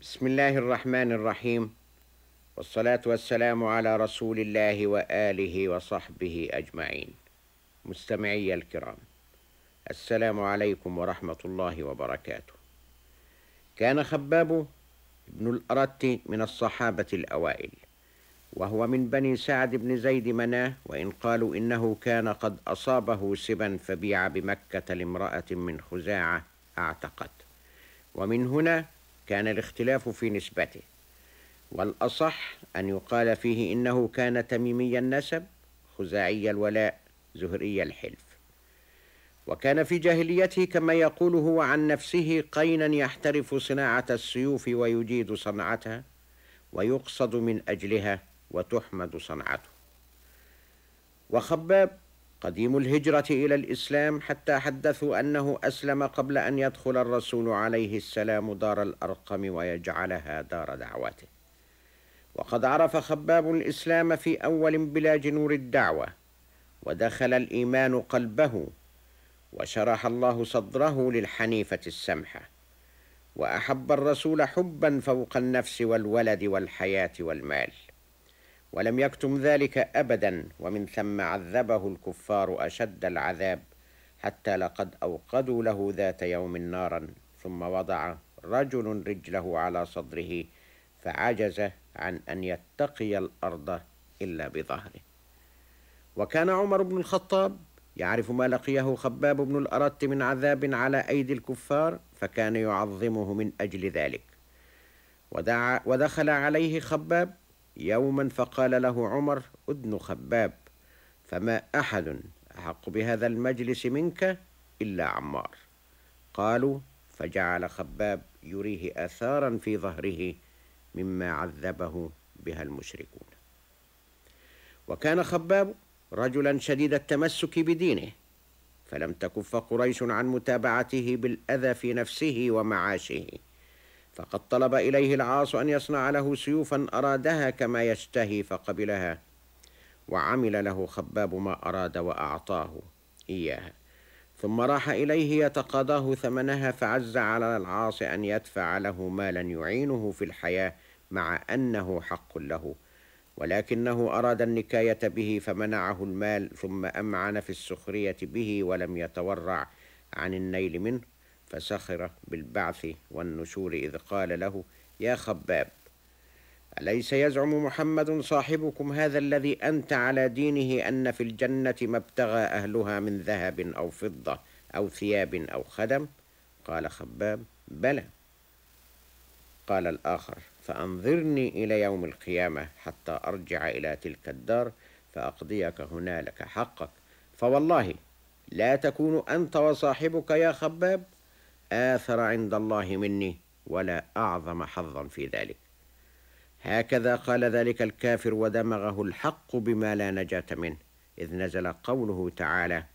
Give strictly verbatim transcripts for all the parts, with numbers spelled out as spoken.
بسم الله الرحمن الرحيم، والصلاة والسلام على رسول الله وآله وصحبه أجمعين. مستمعي الكرام، السلام عليكم ورحمة الله وبركاته. كان خباب بن الأرت من الصحابة الأوائل، وهو من بني سعد بن زيد مناه، وإن قالوا إنه كان قد أصابه سبا فبيع بمكة لامرأة من خزاعة أعتقت، ومن هنا كان الاختلاف في نسبته، والأصح أن يقال فيه إنه كان تميمي النسب خزاعي الولاء زهري الحلف. وكان في جاهليته كما يقول هو عن نفسه قينا يحترف صناعة السيوف ويجيد صنعتها، ويقصد من أجلها وتحمد صنعته. وخباب قديم الهجرة إلى الإسلام، حتى حدثوا أنه أسلم قبل أن يدخل الرسول عليه السلام دار الأرقم ويجعلها دار دعوته. وقد عرف خباب الإسلام في أول بلاج نور الدعوة، ودخل الإيمان قلبه، وشرح الله صدره للحنيفة السمحة، وأحب الرسول حبا فوق النفس والولد والحياة والمال، ولم يكتم ذلك أبدا، ومن ثم عذبه الكفار أشد العذاب، حتى لقد أوقدوا له ذات يوم نارا، ثم وضع رجل رجله على صدره فعجز عن أن يتقي الأرض إلا بظهره. وكان عمر بن الخطاب يعرف ما لقيه خباب بن الأرت من عذاب على أيدي الكفار، فكان يعظمه من أجل ذلك. ودعا ودخل عليه خباب يوما فقال له عمر: أدن خباب، فما أحد أحق بهذا المجلس منك إلا عمار. قالوا: فجعل خباب يريه آثارا في ظهره مما عذبه بها المشركون. وكان خباب رجلا شديد التمسك بدينه، فلم تكف قريش عن متابعته بالأذى في نفسه ومعاشه، فقد طلب إليه العاص أن يصنع له سيوفا أرادها كما يشتهي فقبلها، وعمل له خباب ما أراد وأعطاه إياها، ثم راح إليه يتقاضاه ثمنها، فعز على العاص أن يدفع له مالا يعينه في الحياة مع أنه حق له، ولكنه أراد النكاية به فمنعه المال، ثم أمعن في السخرية به ولم يتورع عن النيل منه، فسخر بالبعث والنشور إذ قال له: يا خباب، أليس يزعم محمد صاحبكم هذا الذي أنت على دينه أن في الجنة ما ابتغى أهلها من ذهب أو فضة أو ثياب أو خدم؟ قال خباب: بلى. قال الآخر: فأنظرني إلى يوم القيامة حتى أرجع إلى تلك الدار فأقضيك هنالك حقك، فوالله لا تكون أنت وصاحبك يا خباب آثر عند الله مني، ولا أعظم حظا في ذلك. هكذا قال ذلك الكافر، ودمغه الحق بما لا نجاة منه، إذ نزل قوله تعالى: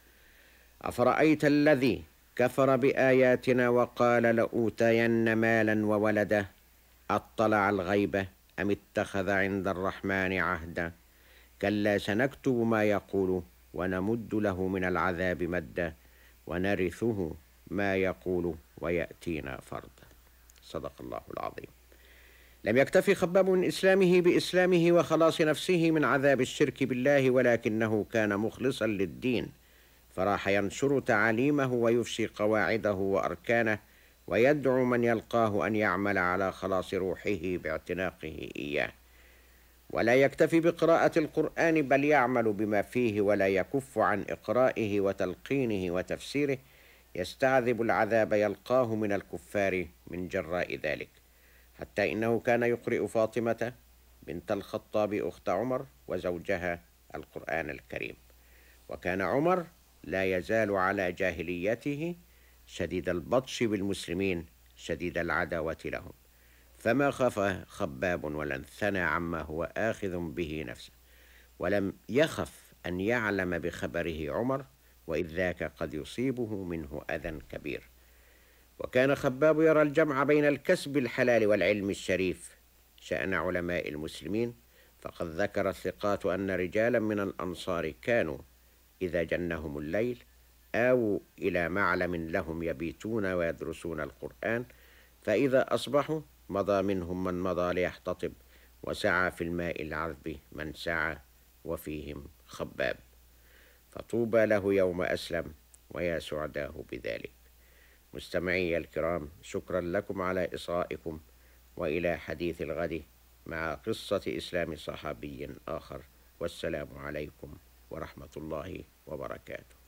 أفرأيت الذي كفر بآياتنا وقال لأوتين مالا وولدا أطلع الغيب أم اتخذ عند الرحمن عهدا كلا سنكتب ما يقول ونمد له من العذاب مدا ونرثه ما يقول ويأتينا فردا. صدق الله العظيم. لم يكتفي خباب من إسلامه بإسلامه وخلاص نفسه من عذاب الشرك بالله، ولكنه كان مخلصا للدين، فراح ينشر تعاليمه ويفشي قواعده وأركانه، ويدعو من يلقاه أن يعمل على خلاص روحه باعتناقه إياه، ولا يكتفي بقراءة القرآن، بل يعمل بما فيه ولا يكف عن إقرائه وتلقينه وتفسيره، يستعذب العذاب يلقاه من الكفار من جراء ذلك، حتى إنه كان يقرئ فاطمة بنت الخطاب أخت عمر وزوجها القرآن الكريم. وكان عمر لا يزال على جاهليته شديد البطش بالمسلمين شديد العداوة لهم، فما خاف خباب ولا انثنى عما هو آخذ به نفسه، ولم يخف أن يعلم بخبره عمر، وإذ ذاك قد يصيبه منه أذى كبير. وكان خباب يرى الجمع بين الكسب الحلال والعلم الشريف شأن علماء المسلمين، فقد ذكر الثقات أن رجالا من الأنصار كانوا إذا جنهم الليل آووا إلى معلم لهم يبيتون ويدرسون القرآن، فإذا أصبحوا مضى منهم من مضى ليحتطب، وسعى في الماء العذب من سعى، وفيهم خباب. فطوبى له يوم أسلم، ويا سعداه بذلك. مستمعي الكرام، شكرا لكم على إصغائكم، وإلى حديث الغد مع قصة إسلام صحابي آخر، والسلام عليكم ورحمة الله وبركاته.